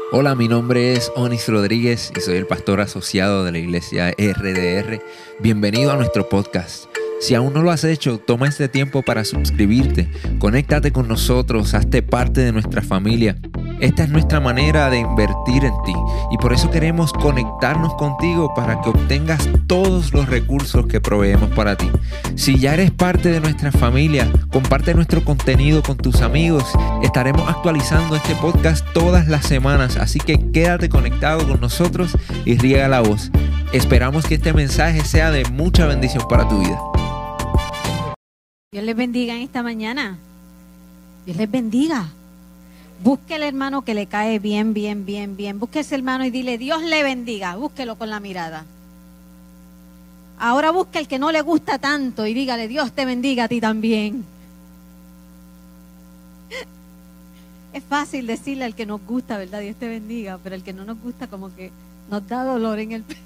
Hola, mi nombre es Onis Rodríguez y soy el pastor asociado de la iglesia RDR. Bienvenido a nuestro podcast. Si aún no lo has hecho, toma este tiempo para suscribirte, conéctate con nosotros, hazte parte de nuestra familia. Esta es nuestra manera de invertir en ti y por eso queremos conectarnos contigo para que obtengas todos los recursos que proveemos para ti. Si ya eres parte de nuestra familia, comparte nuestro contenido con tus amigos. Estaremos actualizando este podcast todas las semanas, así que quédate conectado con nosotros y riega la voz. Esperamos que este mensaje sea de mucha bendición para tu vida. Dios les bendiga en esta mañana. Dios les bendiga. Busque al hermano que le cae bien. Busque a ese hermano y dile, Dios le bendiga. Búsquelo con la mirada. Ahora busque al que no le gusta tanto y dígale, Dios te bendiga a ti también. Es fácil decirle al que nos gusta, ¿verdad? Dios te bendiga, pero al que no nos gusta como que nos da dolor en el pecho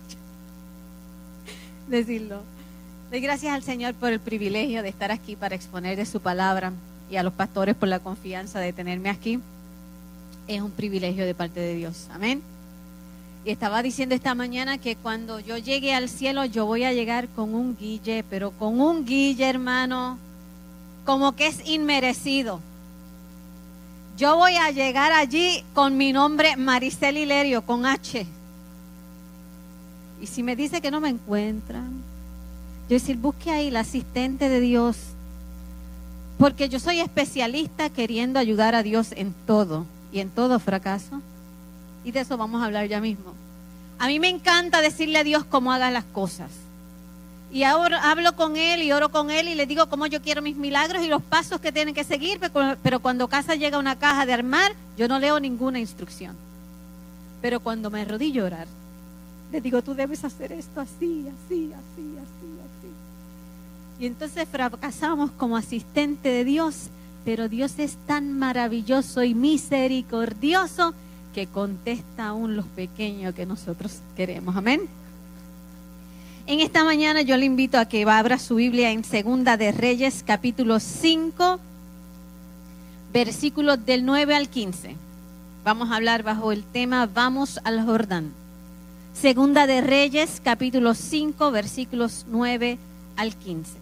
decirlo. Doy gracias al Señor por el privilegio de estar aquí para exponer de su palabra y a los pastores por la confianza de tenerme aquí. Es un privilegio de parte de Dios. Amén. Y estaba diciendo esta mañana que cuando yo llegue al cielo yo voy a llegar con un guille, pero con un guille, hermano, como que es inmerecido. Yo voy a llegar allí con mi nombre Maricel Hilerio, con H. Y si me dice que no me encuentran, yo decir, busque ahí la asistente de Dios, porque yo soy especialista queriendo ayudar a Dios en todo y en todo fracaso, y de eso vamos a hablar ya mismo. A mí me encanta decirle a Dios cómo haga las cosas, y ahora hablo con Él y oro con Él y le digo cómo yo quiero mis milagros y los pasos que tienen que seguir, pero cuando casa llega una caja de armar, yo no leo ninguna instrucción, pero cuando me arrodillo a orar, le digo, tú debes hacer esto así. Y entonces fracasamos como asistente de Dios, pero Dios es tan maravilloso y misericordioso que contesta aún los pequeños que nosotros queremos. Amén. En esta mañana yo le invito a que abra su Biblia en Segunda de Reyes, capítulo 5, versículos del 9 al 15. Vamos a hablar bajo el tema Vamos al Jordán. Segunda de Reyes, capítulo 5, versículos 9 al 15.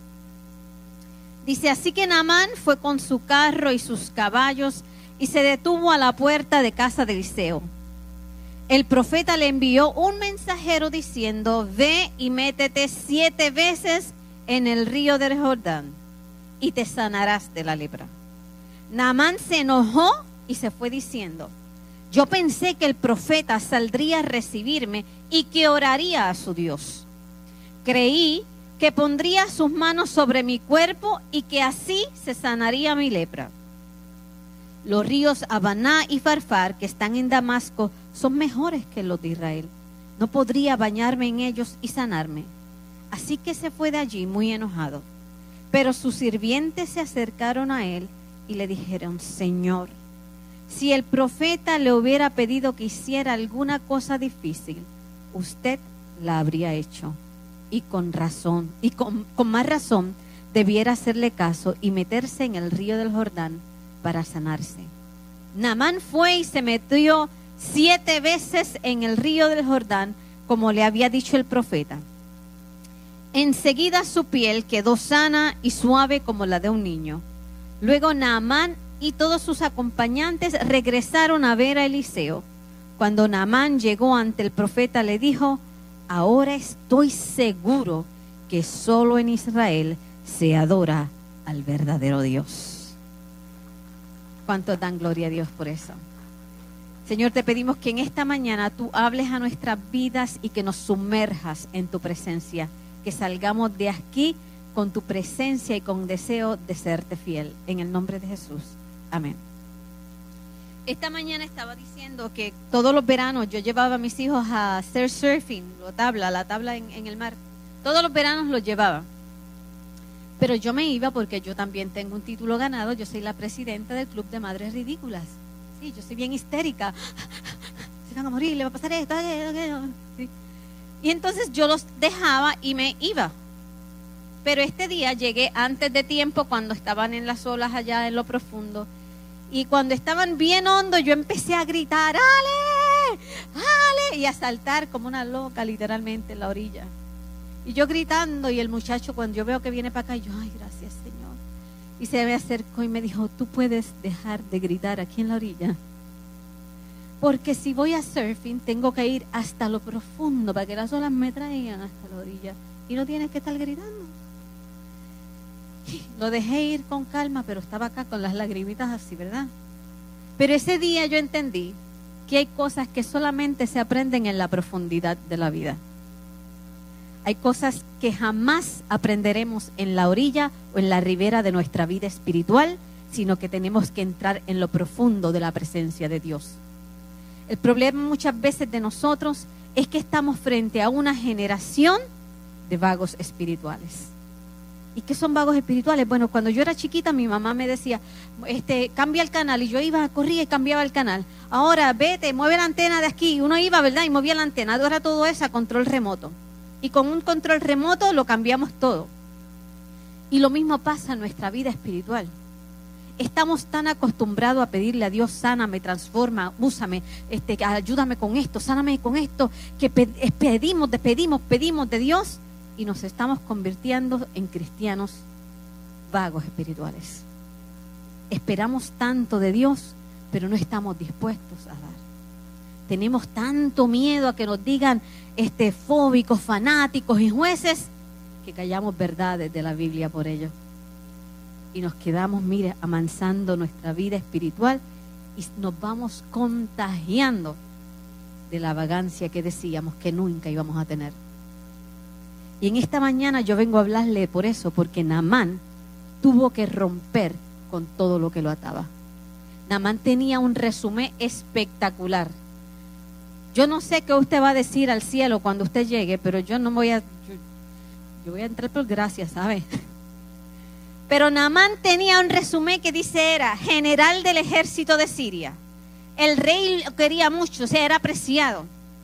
Dice, así que Naamán fue con su carro y sus caballos y se detuvo a la puerta de casa de Eliseo. El profeta le envió un mensajero diciendo, ve y métete 7 veces en el río del Jordán y te sanarás de la lepra. Naamán se enojó y se fue diciendo, yo pensé que el profeta saldría a recibirme y que oraría a su Dios. Creí que pondría sus manos sobre mi cuerpo y que así se sanaría mi lepra. Los ríos Abaná y Farfar que están en Damasco son mejores que los de Israel. No podría bañarme en ellos y sanarme. Así que se fue de allí muy enojado. Pero sus sirvientes se acercaron a él y le dijeron, Señor, si el profeta le hubiera pedido que hiciera alguna cosa difícil, usted la habría hecho. Y con razón, y con más razón, debiera hacerle caso y meterse en el río del Jordán para sanarse. Naamán fue y se metió 7 veces en el río del Jordán, como le había dicho el profeta. Enseguida su piel quedó sana y suave como la de un niño. Luego Naamán y todos sus acompañantes regresaron a ver a Eliseo. Cuando Naamán llegó ante el profeta, le dijo, ahora estoy seguro que solo en Israel se adora al verdadero Dios. ¿Cuántos dan gloria a Dios por eso? Señor, te pedimos que en esta mañana tú hables a nuestras vidas y que nos sumerjas en tu presencia, que salgamos de aquí con tu presencia y con deseo de serte fiel. En el nombre de Jesús. Amén. Esta mañana estaba diciendo que todos los veranos yo llevaba a mis hijos a hacer surfing, la tabla en el mar. Todos los veranos los llevaba. Pero yo me iba porque yo también tengo un título ganado. Yo soy la presidenta del Club de Madres Ridículas. Sí, yo soy bien histérica. Se van a morir, le va a pasar esto. Sí. Y entonces yo los dejaba y me iba. Pero este día llegué antes de tiempo cuando estaban en las olas allá en lo profundo. Y cuando estaban bien hondos, yo empecé a gritar, ¡Ale! ¡Ale! Y a saltar como una loca, literalmente, en la orilla. Y yo gritando, y el muchacho, cuando yo veo que viene para acá, yo, ¡ay, gracias, Señor! Y se me acercó y me dijo, tú puedes dejar de gritar aquí en la orilla. Porque si voy a surfing, tengo que ir hasta lo profundo para que las olas me traigan hasta la orilla. Y no tienes que estar gritando. Lo dejé ir con calma, pero estaba acá con las lagrimitas así, ¿verdad? Pero ese día yo entendí que hay cosas que solamente se aprenden en la profundidad de la vida. Hay cosas que jamás aprenderemos en la orilla o en la ribera de nuestra vida espiritual, sino que tenemos que entrar en lo profundo de la presencia de Dios. El problema muchas veces de nosotros es que estamos frente a una generación de vagos espirituales. ¿Y qué son vagos espirituales? Bueno, cuando yo era chiquita, mi mamá me decía, cambia el canal, y yo iba, corría y cambiaba el canal. Ahora, vete, mueve la antena de aquí. Uno iba, ¿verdad? Y movía la antena. Ahora todo eso a control remoto. Y con un control remoto lo cambiamos todo. Y lo mismo pasa en nuestra vida espiritual. Estamos tan acostumbrados a pedirle a Dios, sáname, transforma, úsame, ayúdame con esto, sáname con esto, que pedimos de Dios, y nos estamos convirtiendo en cristianos vagos espirituales. Esperamos tanto de Dios, pero no estamos dispuestos a dar. Tenemos tanto miedo a que nos digan fóbicos, fanáticos y jueces, que callamos verdades de la Biblia por ello. Y nos quedamos, mire, amansando nuestra vida espiritual y nos vamos contagiando de la vagancia que decíamos que nunca íbamos a tener. Y en esta mañana yo vengo a hablarle por eso, porque Naamán tuvo que romper con todo lo que lo ataba. Naamán tenía un resumen espectacular. Yo no sé qué usted va a decir al cielo cuando usted llegue, pero yo no voy a... Yo voy a entrar por gracia, ¿sabe? Pero Naamán tenía un resumen que dice era general del ejército de Siria. El rey lo quería mucho, o sea, era apreciado.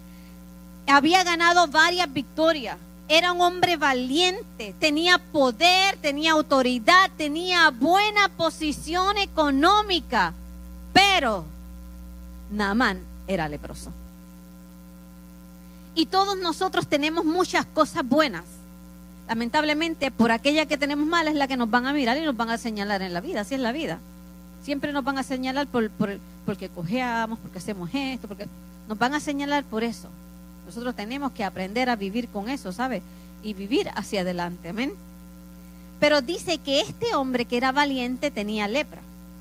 Había ganado varias victorias. Era un hombre valiente, tenía poder, tenía autoridad, tenía buena posición económica. Pero Naamán era leproso. Y todos nosotros tenemos muchas cosas buenas. Lamentablemente, por aquella que tenemos mala es la que nos van a mirar y nos van a señalar en la vida. Así es la vida. Siempre nos van a señalar porque cojeamos, porque hacemos esto, porque nos van a señalar por eso. Nosotros tenemos que aprender a vivir con eso, ¿sabe? Y vivir hacia adelante, amén. Pero dice que este hombre que era valiente tenía lepra.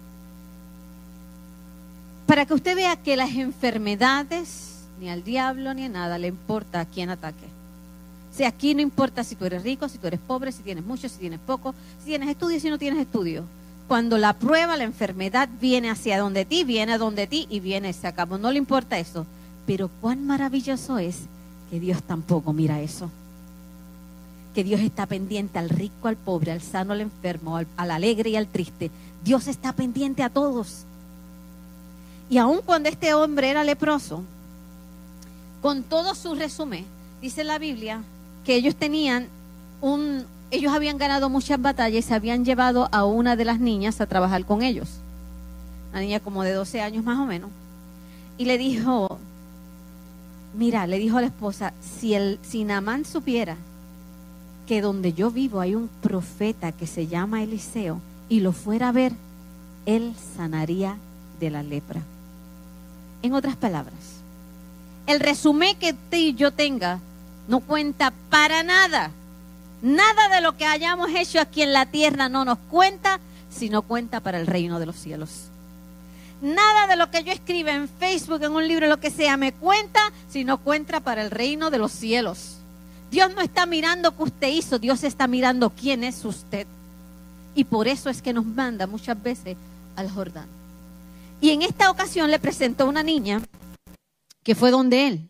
Para que usted vea que las enfermedades, ni al diablo ni a nada le importa a quién ataque. O sea, aquí no importa si tú eres rico, si tú eres pobre, si tienes mucho, si tienes poco, si tienes estudio, si no tienes estudio. Cuando la prueba, la enfermedad viene hacia donde ti, viene a donde ti y viene, se acabó. No le importa eso. Pero cuán maravilloso es que Dios tampoco mira eso. Que Dios está pendiente al rico, al pobre, al sano, al enfermo, al alegre y al triste. Dios está pendiente a todos. Y aun cuando este hombre era leproso, con todo su resumen, dice la Biblia que ellos habían ganado muchas batallas y se habían llevado a una de las niñas a trabajar con ellos. Una niña como de 12 años más o menos. Y le dijo, mira, le dijo a la esposa, si Naamán supiera que donde yo vivo hay un profeta que se llama Eliseo y lo fuera a ver, él sanaría de la lepra. En otras palabras, el resumen que usted y yo tenga no cuenta para nada. Nada de lo que hayamos hecho aquí en la tierra no nos cuenta, sino cuenta para el reino de los cielos. Nada de lo que yo escriba en Facebook, en un libro, lo que sea, me cuenta, sino cuenta para el reino de los cielos. Dios no está mirando qué usted hizo, Dios está mirando quién es usted. Y por eso es que nos manda muchas veces al Jordán. Y en esta ocasión le presentó una niña que fue donde él.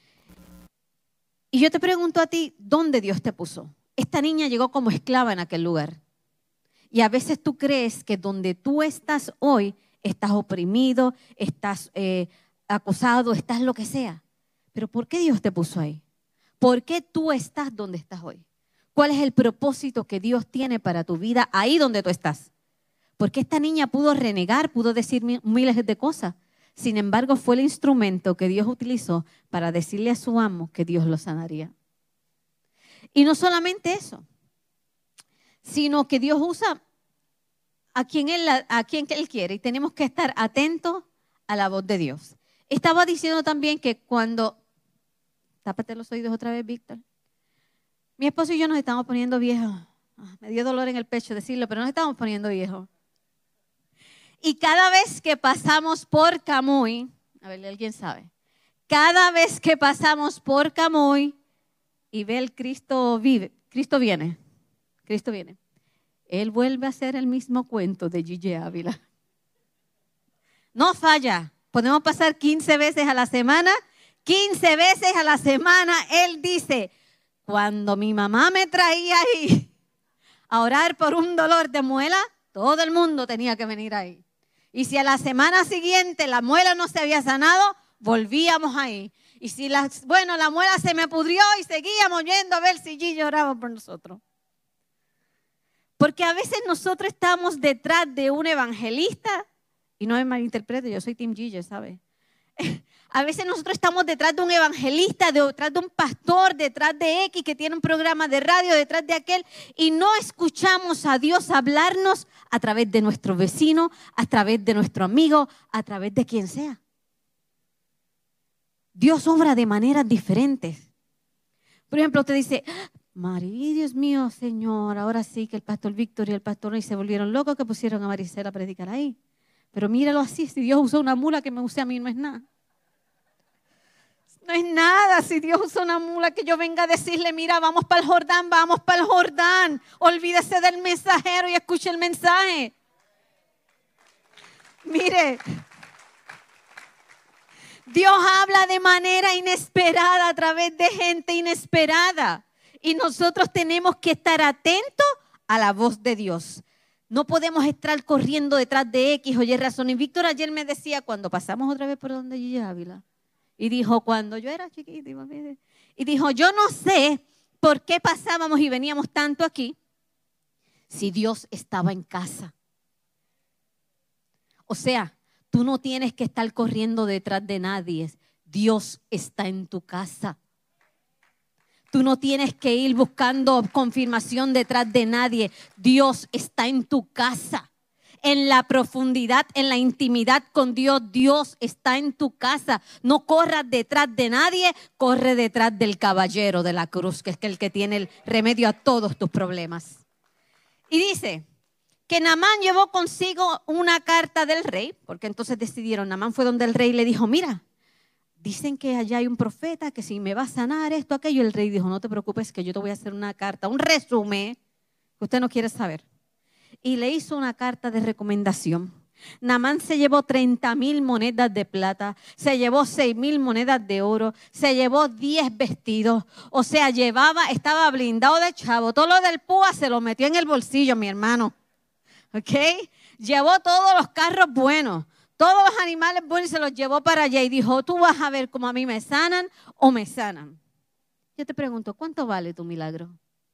Y yo te pregunto a ti, ¿dónde Dios te puso? Esta niña llegó como esclava en aquel lugar. Y a veces tú crees que donde tú estás hoy, estás oprimido, estás acosado, estás lo que sea. Pero ¿por qué Dios te puso ahí? ¿Por qué tú estás donde estás hoy? ¿Cuál es el propósito que Dios tiene para tu vida ahí donde tú estás? Porque esta niña pudo renegar, pudo decir miles de cosas. Sin embargo, fue el instrumento que Dios utilizó para decirle a su amo que Dios lo sanaría. Y no solamente eso, sino que Dios usa a quien Él quiere. Y tenemos que estar atentos a la voz de Dios. Estaba diciendo también que cuando... Tápate los oídos otra vez, Víctor. Mi esposo y yo nos estamos poniendo viejos. Me dio dolor en el pecho decirlo, pero nos estamos poniendo viejos. Y cada vez que pasamos por Camuy, a ver, ¿alguien sabe? Cada vez que pasamos por Camuy y ve el Cristo viene. Él vuelve a hacer el mismo cuento de Gigi Ávila. No falla. Podemos pasar 15 veces a la semana. 15 veces a la semana Él dice, cuando mi mamá me traía ahí a orar por un dolor de muela, todo el mundo tenía que venir ahí. Y si a la semana siguiente la muela no se había sanado, volvíamos ahí. Y si la muela se me pudrió y seguíamos yendo a ver si Gigi oraba por nosotros. Porque a veces nosotros estamos detrás de un evangelista, y no me malinterprete, yo soy Team Gigi, ¿sabe? A veces nosotros estamos detrás de un evangelista, detrás de un pastor, detrás de X que tiene un programa de radio, detrás de aquel, y no escuchamos a Dios hablarnos a través de nuestro vecino, a través de nuestro amigo, a través de quien sea. Dios obra de maneras diferentes. Por ejemplo, usted dice, María, Dios mío, Señor, ahora sí que el pastor Víctor y el pastor Rey se volvieron locos que pusieron a Maricela a predicar ahí. Pero míralo así, si Dios usó una mula que me use a mí, no es nada. No es nada si Dios usa una mula que yo venga a decirle, mira, vamos para el Jordán. Olvídese del mensajero y escuche el mensaje. Mire, Dios habla de manera inesperada a través de gente inesperada. Y nosotros tenemos que estar atentos a la voz de Dios. No podemos estar corriendo detrás de X o Y razón. Y Víctor ayer me decía, cuando pasamos otra vez por donde Gigi Ávila, y dijo, cuando yo era chiquita, y dijo, yo no sé por qué pasábamos y veníamos tanto aquí si Dios estaba en casa. O sea, tú no tienes que estar corriendo detrás de nadie. Dios está en tu casa. Tú no tienes que ir buscando confirmación detrás de nadie. Dios está en tu casa. En la profundidad, en la intimidad con Dios, Dios está en tu casa. No corras detrás de nadie, corre detrás del caballero de la cruz, que es el que tiene el remedio a todos tus problemas. Y dice que Naamán llevó consigo una carta del rey, porque entonces decidieron, Naamán fue donde el rey le dijo, mira, dicen que allá hay un profeta que si me va a sanar esto, aquello. El rey dijo, no te preocupes que yo te voy a hacer una carta, un resumen que usted no quiere saber. Y le hizo una carta de recomendación. Naamán se llevó 30,000 monedas de plata, se llevó 6,000 monedas de oro, se llevó 10 vestidos. O sea, estaba blindado de chavo. Todo lo del púa se lo metió en el bolsillo, mi hermano. ¿Ok? Llevó todos los carros buenos, todos los animales buenos y se los llevó para allá. Y dijo, tú vas a ver cómo a mí me sanan o me sanan. Yo te pregunto, ¿cuánto vale tu milagro?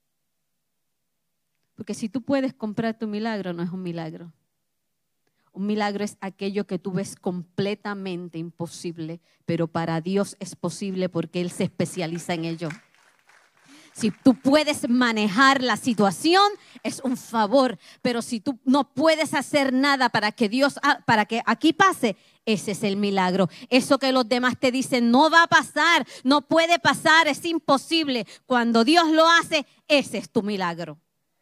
Porque si tú puedes comprar tu milagro, no es un milagro. Un milagro es aquello que tú ves completamente imposible, pero para Dios es posible porque Él se especializa en ello. Si tú puedes manejar la situación, es un favor, pero si tú no puedes hacer nada para que aquí pase, ese es el milagro. Eso que los demás te dicen no va a pasar, no puede pasar, es imposible. Cuando Dios lo hace, ese es tu milagro.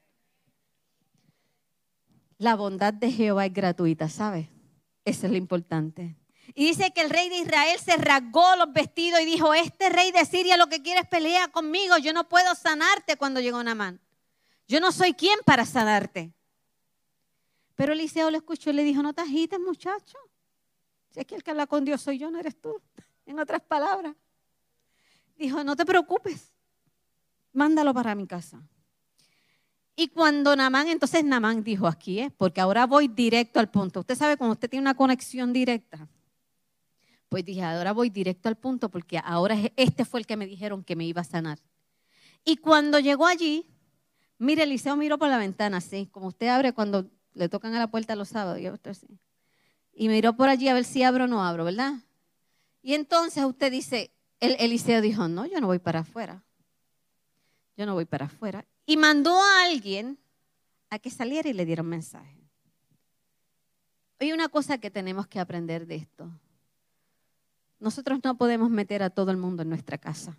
La bondad de Jehová es gratuita, ¿sabes? Eso es lo importante. Y dice que el rey de Israel se rasgó los vestidos y dijo, este rey de Siria lo que quiere es pelear conmigo. Yo no puedo sanarte cuando llegó Naamán. Yo no soy quien para sanarte. Pero Eliseo lo escuchó y le dijo, no te agites, muchacho. Si es que el que habla con Dios soy yo, no eres tú. En otras palabras. Dijo, no te preocupes. Mándalo para mi casa. Y cuando entonces Naamán dijo, aquí es, porque ahora voy directo al punto. Usted sabe cuando usted tiene una conexión directa. Pues dije, ahora voy directo al punto porque ahora este fue el que me dijeron que me iba a sanar. Y cuando llegó allí, mire, Eliseo miró por la ventana, así, como usted abre cuando Le tocan a la puerta los sábados. Y miró por allí a ver si abro o no abro, ¿verdad? Y entonces usted dice, Eliseo dijo, no, yo no voy para afuera. Yo no voy para afuera. Y mandó a alguien a que saliera y le diera un mensaje. Hay una cosa que tenemos que aprender de esto. Nosotros no podemos meter a todo el mundo en nuestra casa.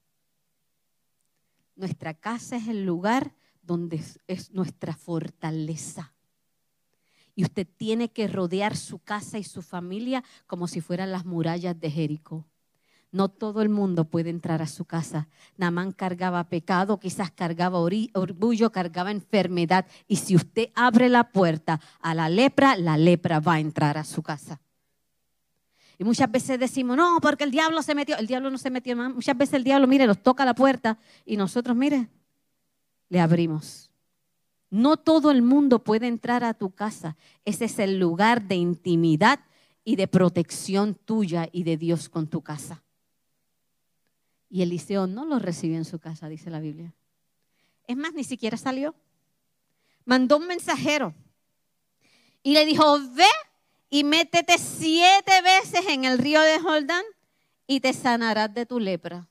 Nuestra casa es el lugar donde es nuestra fortaleza. Y usted tiene que rodear su casa y su familia como si fueran las murallas de Jericó. No todo el mundo puede entrar a su casa. Naamán cargaba pecado, quizás cargaba orgullo, cargaba enfermedad. Y si usted abre la puerta a la lepra va a entrar a su casa. Y muchas veces decimos, no, porque el diablo se metió. El diablo no se metió más. Muchas veces el diablo, mire, nos toca la puerta y nosotros, mire, le abrimos. No todo el mundo puede entrar a tu casa. Ese es el lugar de intimidad y de protección tuya y de Dios con tu casa. Y Eliseo no lo recibió en su casa, dice la Biblia. Es más, ni siquiera salió. Mandó un mensajero y le dijo, ve y métete 7 veces en el río de Jordán y te sanarás de tu lepra.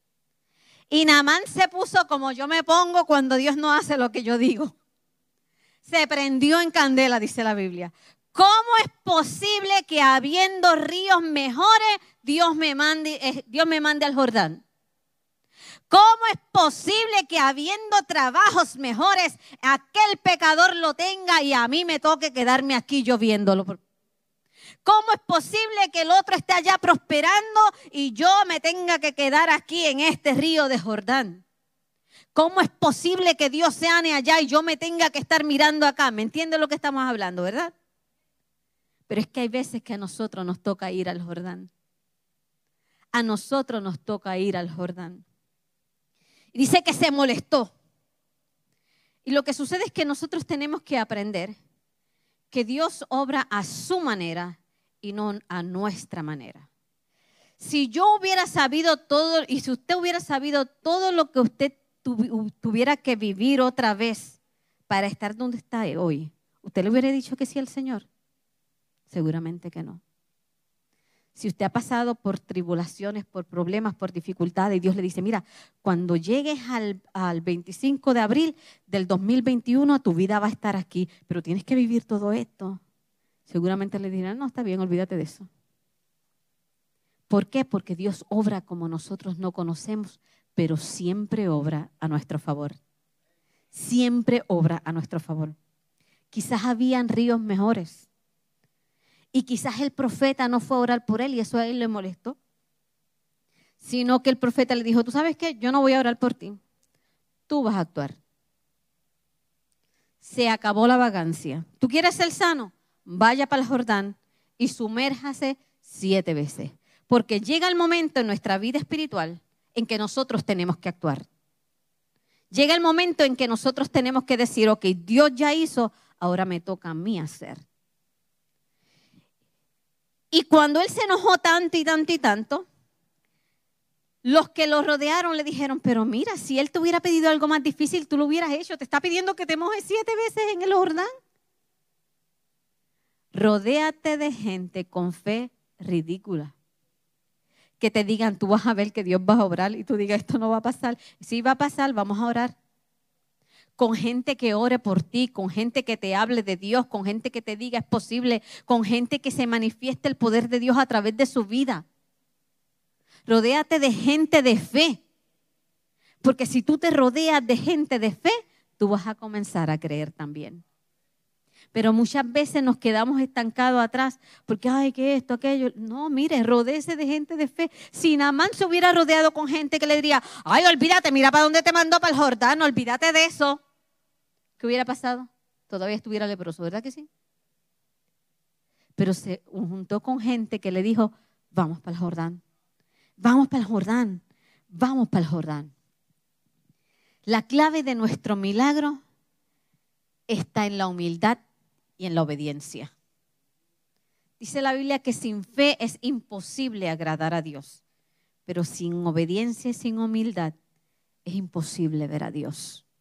Y Naamán se puso como yo me pongo cuando Dios no hace lo que yo digo. Se prendió en candela, dice la Biblia. ¿Cómo es posible que habiendo ríos mejores, Dios me mande al Jordán? ¿Cómo es posible que habiendo trabajos mejores, aquel pecador lo tenga y a mí me toque quedarme aquí yo viéndolo? ¿Cómo es posible que el otro esté allá prosperando y yo me tenga que quedar aquí en este río de Jordán? ¿Cómo es posible que Dios sane allá y yo me tenga que estar mirando acá? ¿Me entiende lo que estamos hablando, verdad? Pero es que hay veces que a nosotros nos toca ir al Jordán. A nosotros nos toca ir al Jordán. Y dice que se molestó. Y lo que sucede es que nosotros tenemos que aprender que Dios obra a su manera y no a nuestra manera. Si yo hubiera sabido todo y si usted hubiera sabido todo lo que usted tuviera que vivir otra vez para estar donde está hoy, ¿usted le hubiera dicho que sí al Señor? Seguramente que no. Si usted ha pasado por tribulaciones, por problemas, por dificultades, y Dios le dice, mira, cuando llegues al 25 de abril del 2021, tu vida va a estar aquí, pero tienes que vivir todo esto. Seguramente le dirán, no, está bien, olvídate de eso. ¿Por qué? Porque Dios obra como nosotros no conocemos, pero siempre obra a nuestro favor. Siempre obra a nuestro favor. Quizás habían ríos mejores. Y quizás el profeta no fue a orar por él y eso a él le molestó. Sino que el profeta le dijo, ¿tú sabes qué? Yo no voy a orar por ti. Tú vas a actuar. Se acabó la vagancia. ¿Tú quieres ser sano? Vaya para el Jordán y sumérjase 7 veces. Porque llega el momento en nuestra vida espiritual en que nosotros tenemos que actuar. Llega el momento en que nosotros tenemos que decir, ok, Dios ya hizo, ahora me toca a mí hacer. Y cuando él se enojó tanto y tanto y tanto, los que lo rodearon le dijeron, pero mira, si él te hubiera pedido algo más difícil, tú lo hubieras hecho. Te está pidiendo que te mojes 7 veces en el Jordán. Rodéate de gente con fe ridícula. Que te digan, tú vas a ver que Dios va a obrar y tú digas, esto no va a pasar. Sí va a pasar, vamos a orar. Con gente que ore por ti, con gente que te hable de Dios, con gente que te diga es posible, con gente que se manifieste el poder de Dios a través de su vida. Rodéate de gente de fe. Porque si tú te rodeas de gente de fe, tú vas a comenzar a creer también. Pero muchas veces nos quedamos estancados atrás porque, ay, que esto, aquello. No, mire, rodéese de gente de fe. Si Naamán se hubiera rodeado con gente que le diría, ay, olvídate, mira para dónde te mandó, para el Jordán, olvídate de eso. ¿Qué hubiera pasado? Todavía estuviera leproso, ¿verdad que sí? Pero se juntó con gente que le dijo, vamos para el Jordán, vamos para el Jordán, vamos para el Jordán. La clave de nuestro milagro está en la humildad y en la obediencia. Dice la Biblia que sin fe es imposible agradar a Dios, pero sin obediencia y sin humildad es imposible ver a Dios.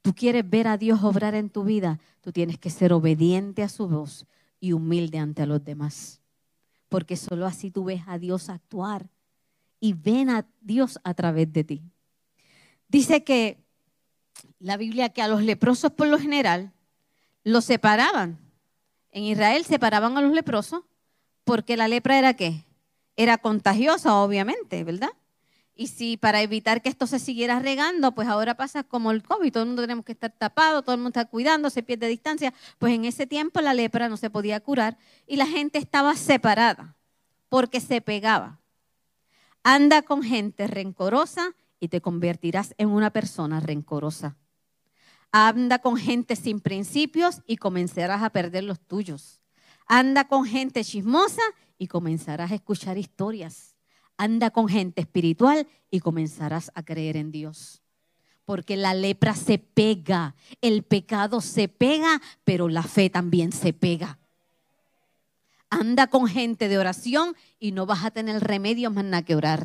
tú quieres ver a Dios obrar en tu vida, tú tienes que ser obediente a su voz y humilde ante los demás. Porque solo así tú ves a Dios actuar y ven a Dios a través de ti. Dice que la Biblia que a los leprosos por lo general los separaban. En Israel separaban a los leprosos porque la lepra era ¿qué? Era contagiosa, obviamente, ¿verdad? Y si para evitar que esto se siguiera regando, pues ahora pasa como el COVID, todo el mundo tenemos que estar tapado, todo el mundo está cuidando, se pierde distancia. Pues en ese tiempo la lepra no se podía curar y la gente estaba separada porque se pegaba. Anda con gente rencorosa y te convertirás en una persona rencorosa. Anda con gente sin principios y comenzarás a perder los tuyos. Anda con gente chismosa y comenzarás a escuchar historias. Anda con gente espiritual y comenzarás a creer en Dios. Porque la lepra se pega, el pecado se pega, pero la fe también se pega. Anda con gente de oración y no vas a tener remedio más nada que orar.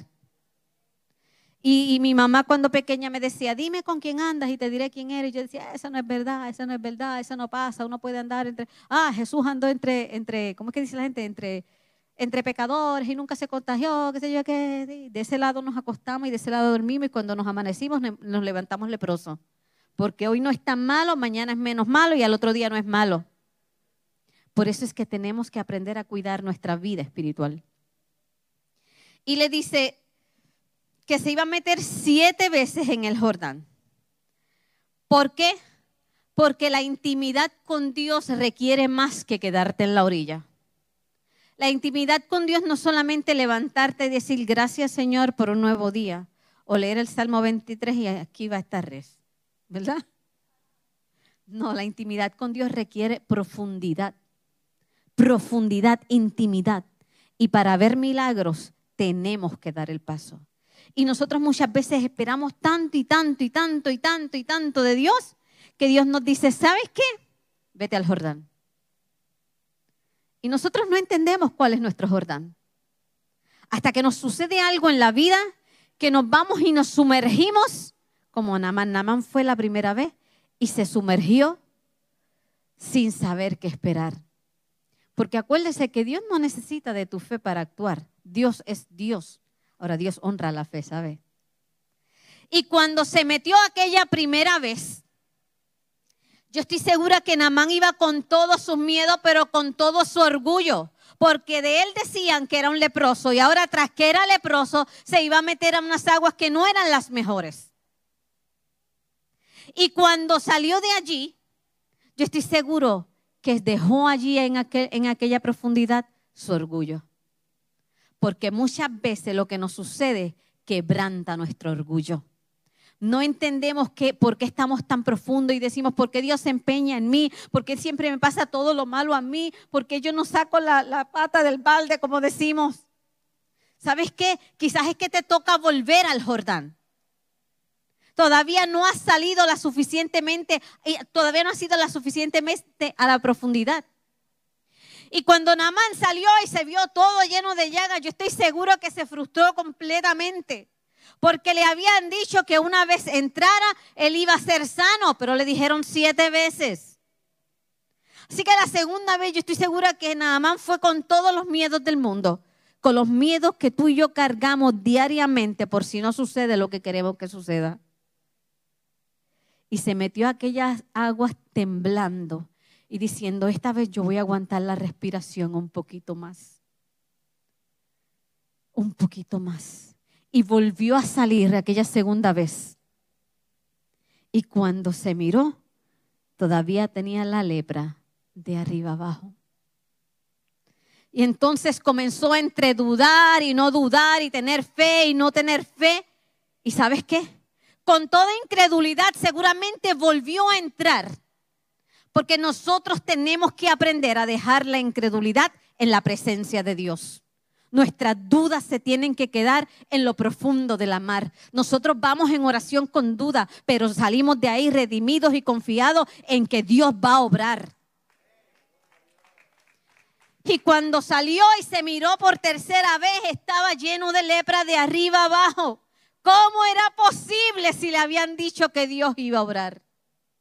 Y mi mamá cuando pequeña me decía, dime con quién andas y te diré quién eres. Y yo decía, eso no es verdad, eso no es verdad, eso no pasa. Uno puede andar Jesús andó entre ¿cómo es que dice la gente? Entre pecadores y nunca se contagió, qué sé yo qué. De ese lado nos acostamos y de ese lado dormimos y cuando nos amanecimos nos levantamos leprosos. Porque hoy no es tan malo, mañana es menos malo y al otro día no es malo. Por eso es que tenemos que aprender a cuidar nuestra vida espiritual. Y le dice que se iba a meter 7 veces en el Jordán. ¿Por qué? Porque la intimidad con Dios requiere más que quedarte en la orilla. La intimidad con Dios no solamente levantarte y decir gracias Señor por un nuevo día o leer el Salmo 23 y aquí va esta res, ¿verdad? No, la intimidad con Dios requiere profundidad, intimidad. Y para ver milagros tenemos que dar el paso. Y nosotros muchas veces esperamos tanto y tanto y tanto y tanto y tanto de Dios que Dios nos dice, ¿sabes qué? Vete al Jordán. Y nosotros no entendemos cuál es nuestro Jordán. Hasta que nos sucede algo en la vida, que nos vamos y nos sumergimos, como Naamán. Naamán fue la primera vez y se sumergió sin saber qué esperar. Porque acuérdese que Dios no necesita de tu fe para actuar. Dios es Dios. Ahora Dios honra la fe, ¿sabe? Y cuando se metió aquella primera vez, yo estoy segura que Naamán iba con todos sus miedos, pero con todo su orgullo. Porque de él decían que era un leproso y ahora tras que era leproso se iba a meter a unas aguas que no eran las mejores. Y cuando salió de allí, yo estoy seguro que dejó allí en aquella profundidad su orgullo. Porque muchas veces lo que nos sucede quebranta nuestro orgullo. No entendemos por qué estamos tan profundos y decimos, ¿por qué Dios se empeña en mí? ¿Por qué siempre me pasa todo lo malo a mí? ¿Por qué yo no saco la pata del balde, como decimos? ¿Sabes qué? Quizás es que te toca volver al Jordán. Todavía no has salido todavía no has ido la suficientemente a la profundidad. Y cuando Naamán salió y se vio todo lleno de llagas, yo estoy seguro que se frustró completamente. Porque le habían dicho que una vez entrara, él iba a ser sano, pero le dijeron 7 veces. Así que la segunda vez yo estoy segura que Naamán fue con todos los miedos del mundo. Con los miedos que tú y yo cargamos diariamente por si no sucede lo que queremos que suceda. Y se metió a aquellas aguas temblando y diciendo, esta vez yo voy a aguantar la respiración un poquito más. Un poquito más. Y volvió a salir aquella segunda vez. Y cuando se miró, todavía tenía la lepra de arriba abajo. Y entonces comenzó entre dudar y no dudar y tener fe y no tener fe. ¿Y sabes qué? Con toda incredulidad seguramente volvió a entrar. Porque nosotros tenemos que aprender a dejar la incredulidad en la presencia de Dios. Nuestras dudas se tienen que quedar en lo profundo de la mar. Nosotros vamos en oración con duda, pero salimos de ahí redimidos y confiados en que Dios va a obrar. Y cuando salió y se miró por tercera vez, estaba lleno de lepra de arriba abajo. ¿Cómo era posible si le habían dicho que Dios iba a obrar?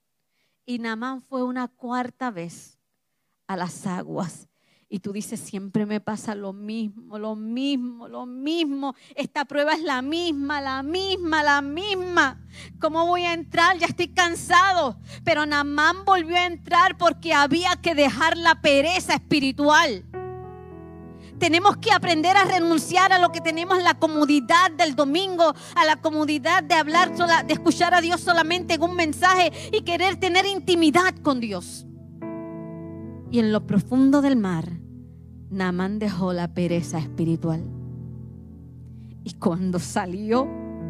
Y Naamán fue una cuarta vez a las aguas. Y tú dices, siempre me pasa lo mismo, lo mismo, lo mismo. Esta prueba es la misma, la misma, la misma. ¿Cómo voy a entrar? Ya estoy cansado. Pero Naamán volvió a entrar porque había que dejar la pereza espiritual. Tenemos que aprender a renunciar a lo que tenemos, la comodidad del domingo, a la comodidad de hablar, de escuchar a Dios solamente en un mensaje y querer tener intimidad con Dios. Y en lo profundo del mar, Naamán dejó la pereza espiritual. Y cuando salió,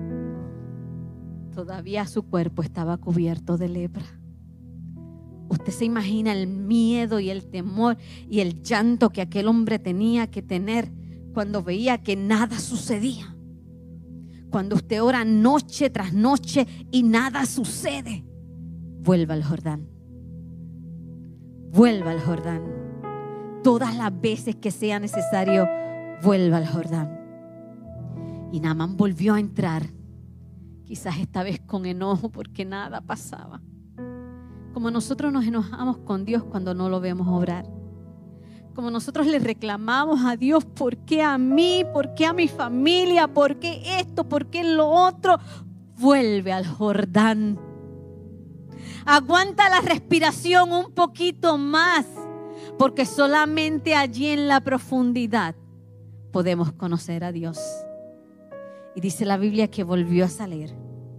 todavía su cuerpo estaba cubierto de lepra. Usted se imagina el miedo y el temor y el llanto que aquel hombre tenía que tener cuando veía que nada sucedía. Cuando usted ora noche tras noche y nada sucede, vuelva al Jordán. Vuelva al Jordán. Todas las veces que sea necesario, vuelva al Jordán. Y Naamán volvió a entrar. Quizás esta vez con enojo porque nada pasaba. Como nosotros nos enojamos con Dios cuando no lo vemos obrar. Como nosotros le reclamamos a Dios, ¿por qué a mí? ¿Por qué a mi familia? ¿Por qué esto? ¿Por qué lo otro? Vuelve al Jordán. Aguanta la respiración un poquito más, porque solamente allí en la profundidad podemos conocer a Dios. Y dice la Biblia que volvió a salir.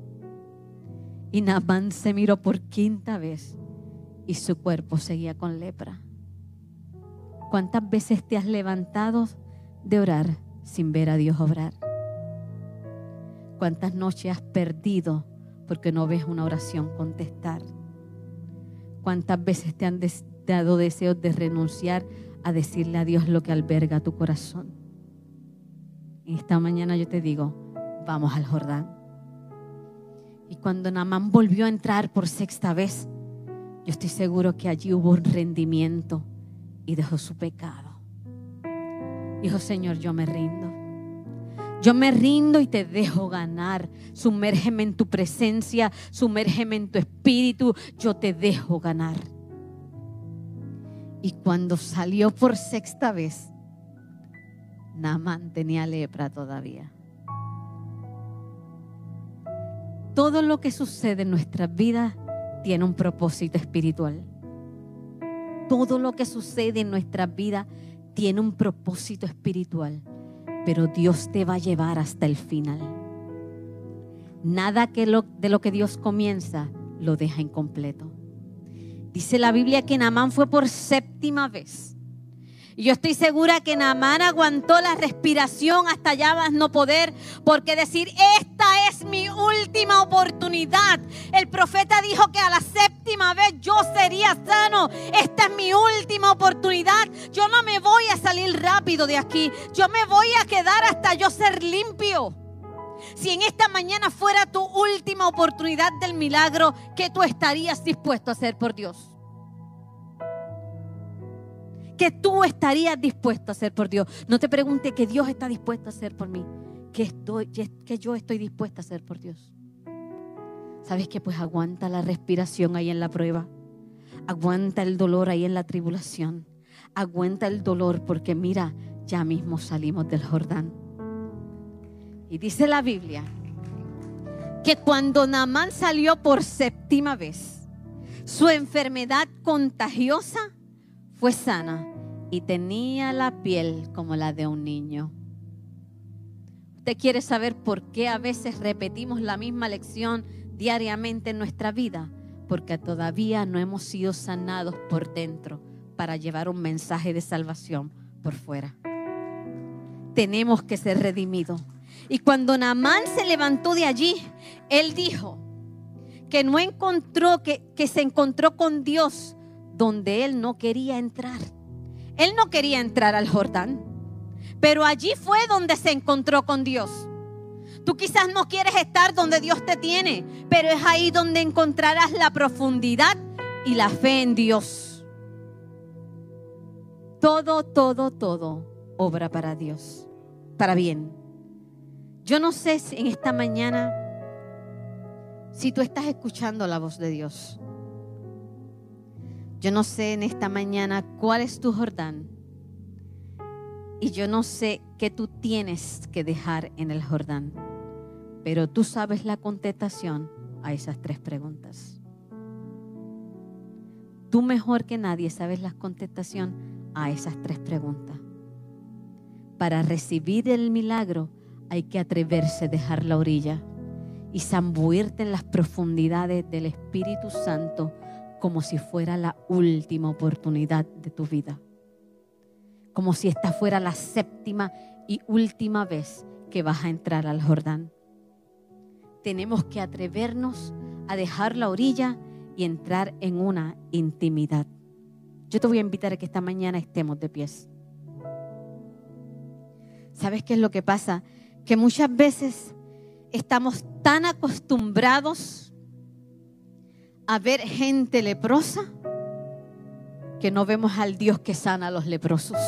Y Naamán se miró por quinta vez y su cuerpo seguía con lepra. ¿Cuántas veces te has levantado de orar sin ver a Dios obrar? ¿Cuántas noches has perdido porque no ves una oración contestar? ¿Cuántas veces te han dado deseos de renunciar a decirle a Dios lo que alberga tu corazón? Y esta mañana yo te digo, vamos al Jordán. Y cuando Naamán volvió a entrar por sexta vez, yo estoy seguro que allí hubo un rendimiento y dejó su pecado. Dijo, Señor, yo me rindo. Yo me rindo y te dejo ganar. Sumérgeme en tu presencia, sumérgeme en tu espíritu. Yo te dejo ganar. Y cuando salió por sexta vez, Naamán tenía lepra todavía. Todo lo que sucede en nuestras vidas tiene un propósito espiritual. Todo lo que sucede en nuestras vidas tiene un propósito espiritual. Pero Dios te va a llevar hasta el final. Nada de lo que Dios comienza lo deja incompleto. Dice la Biblia que Naamán fue por séptima vez. Y yo estoy segura que Naamán aguantó la respiración hasta ya más no poder, porque decir, esta es mi última oportunidad. El profeta dijo que a la séptima vez yo sería sano. Esta es mi última oportunidad. Yo no me voy a salir rápido de aquí. Yo me voy a quedar hasta yo ser limpio. Si en esta mañana fuera tu última oportunidad del milagro, ¿qué tú estarías dispuesto a hacer por Dios? ¿Qué tú estarías dispuesto a hacer por Dios? No te pregunte qué Dios está dispuesto a hacer por mí. ¿Qué yo estoy dispuesta a hacer por Dios? ¿Sabes qué? Pues aguanta la respiración ahí en la prueba. Aguanta el dolor ahí en la tribulación. Aguanta el dolor porque mira, ya mismo salimos del Jordán. Y dice la Biblia que cuando Naamán salió por séptima vez, su enfermedad contagiosa fue sana y tenía la piel como la de un niño. ¿Usted quiere saber por qué a veces repetimos la misma lección diariamente en nuestra vida? Porque todavía no hemos sido sanados por dentro para llevar un mensaje de salvación por fuera. Tenemos que ser redimidos. Y cuando Naamán se levantó de allí, él dijo que no encontró, que se encontró con Dios donde él no quería entrar. Él no quería entrar al Jordán, pero allí fue donde se encontró con Dios. Tú quizás no quieres estar donde Dios te tiene, pero es ahí donde encontrarás la profundidad y la fe en Dios. Todo obra para Dios, para bien. Yo no sé si en esta mañana, si tú estás escuchando la voz de Dios. Yo no sé en esta mañana cuál es tu Jordán. Y yo no sé qué tú tienes que dejar en el Jordán. Pero tú sabes la contestación a esas 3 preguntas. Tú mejor que nadie sabes la contestación a esas 3 preguntas. Para recibir el milagro hay que atreverse a dejar la orilla y zambuirte en las profundidades del Espíritu Santo como si fuera la última oportunidad de tu vida. Como si esta fuera la 7ª y última vez que vas a entrar al Jordán. Tenemos que atrevernos a dejar la orilla y entrar en una intimidad. Yo te voy a invitar a que esta mañana estemos de pies. ¿Sabes qué es lo que pasa? Que muchas veces estamos tan acostumbrados a ver gente leprosa que no vemos al Dios que sana a los leprosos.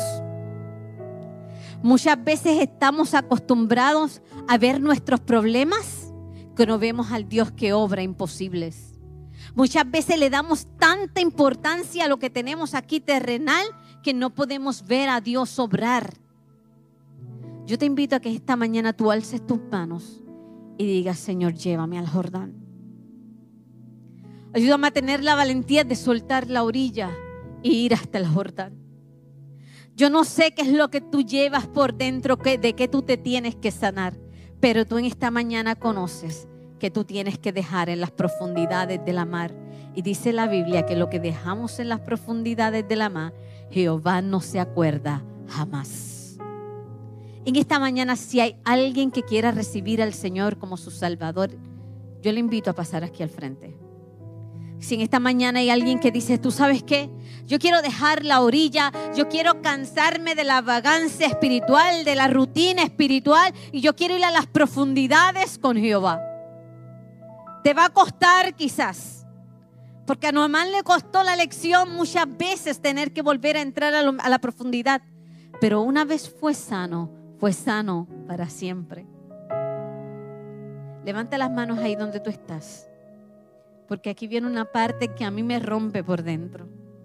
Muchas veces estamos acostumbrados a ver nuestros problemas que no vemos al Dios que obra imposibles. Muchas veces le damos tanta importancia a lo que tenemos aquí terrenal que no podemos ver a Dios obrar. Yo te invito a que esta mañana tú alces tus manos y digas: Señor, llévame al Jordán. Ayúdame a tener la valentía de soltar la orilla e ir hasta el Jordán. Yo no sé qué es lo que tú llevas por dentro, de qué tú te tienes que sanar, pero tú en esta mañana conoces que tú tienes que dejar en las profundidades de la mar. Y dice la Biblia que lo que dejamos en las profundidades de la mar, Jehová no se acuerda jamás. En esta mañana, si hay alguien que quiera recibir al Señor como su Salvador, yo le invito a pasar aquí al frente. Si en esta mañana hay alguien que dice: ¿tú sabes qué? Yo quiero dejar la orilla, yo quiero cansarme de la vagancia espiritual, de la rutina espiritual, y yo quiero ir a las profundidades con Jehová. Te va a costar quizás, porque a Noemán le costó la lección muchas veces tener que volver a entrar a la profundidad, pero una vez fue sano para siempre. Levanta las manos ahí donde tú estás, porque aquí viene una parte que a mí me rompe por dentro.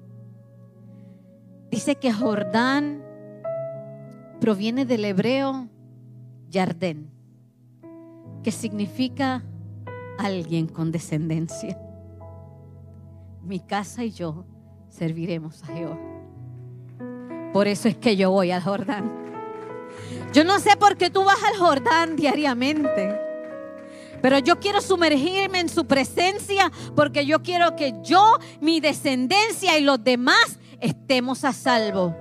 Dice que Jordán proviene del hebreo Yardén, que significa alguien con descendencia. Mi casa y yo serviremos a Jehová. Por eso es que yo voy al Jordán. Yo no sé por qué tú vas al Jordán diariamente, pero yo quiero sumergirme en su presencia, porque yo quiero que yo, mi descendencia y los demás estemos a salvo.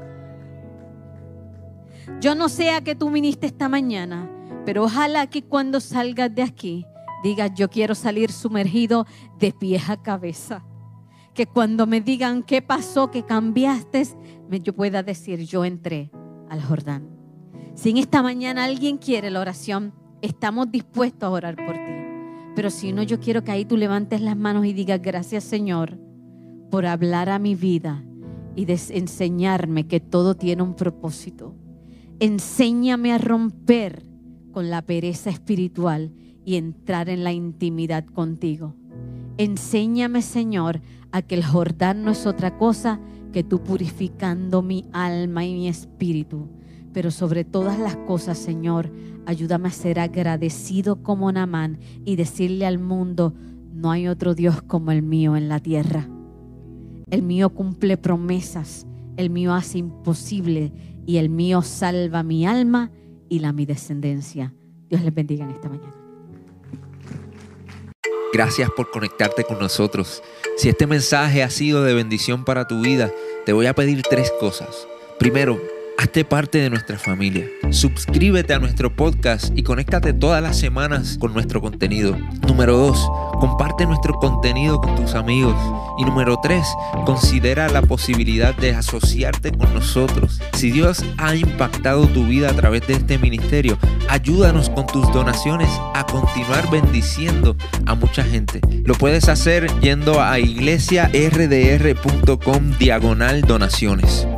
Yo no sé a qué tú viniste esta mañana, pero ojalá que cuando salgas de aquí digas: yo quiero salir sumergido de pies a cabeza. Que cuando me digan qué pasó, que cambiaste, yo pueda decir: yo entré al Jordán. Si en esta mañana alguien quiere la oración, estamos dispuestos a orar por ti. Pero si no, yo quiero que ahí tú levantes las manos y digas: gracias, Señor, por hablar a mi vida y enseñarme que todo tiene un propósito. Enséñame a romper con la pereza espiritual y entrar en la intimidad contigo. Enséñame, Señor, a que el Jordán no es otra cosa que tú purificando mi alma y mi espíritu. Pero sobre todas las cosas, Señor, ayúdame a ser agradecido como Naamán y decirle al mundo: no hay otro Dios como el mío en la tierra. El mío cumple promesas, el mío hace imposible y el mío salva mi alma y mi descendencia. Dios les bendiga en esta mañana. Gracias por conectarte con nosotros. Si este mensaje ha sido de bendición para tu vida, te voy a pedir 3 cosas. Primero, hazte parte de nuestra familia. Suscríbete a nuestro podcast y conéctate todas las semanas con nuestro contenido. Número 2, comparte nuestro contenido con tus amigos. Y número 3, considera la posibilidad de asociarte con nosotros. Si Dios ha impactado tu vida a través de este ministerio, ayúdanos con tus donaciones a continuar bendiciendo a mucha gente. Lo puedes hacer yendo a iglesiardr.com/donaciones.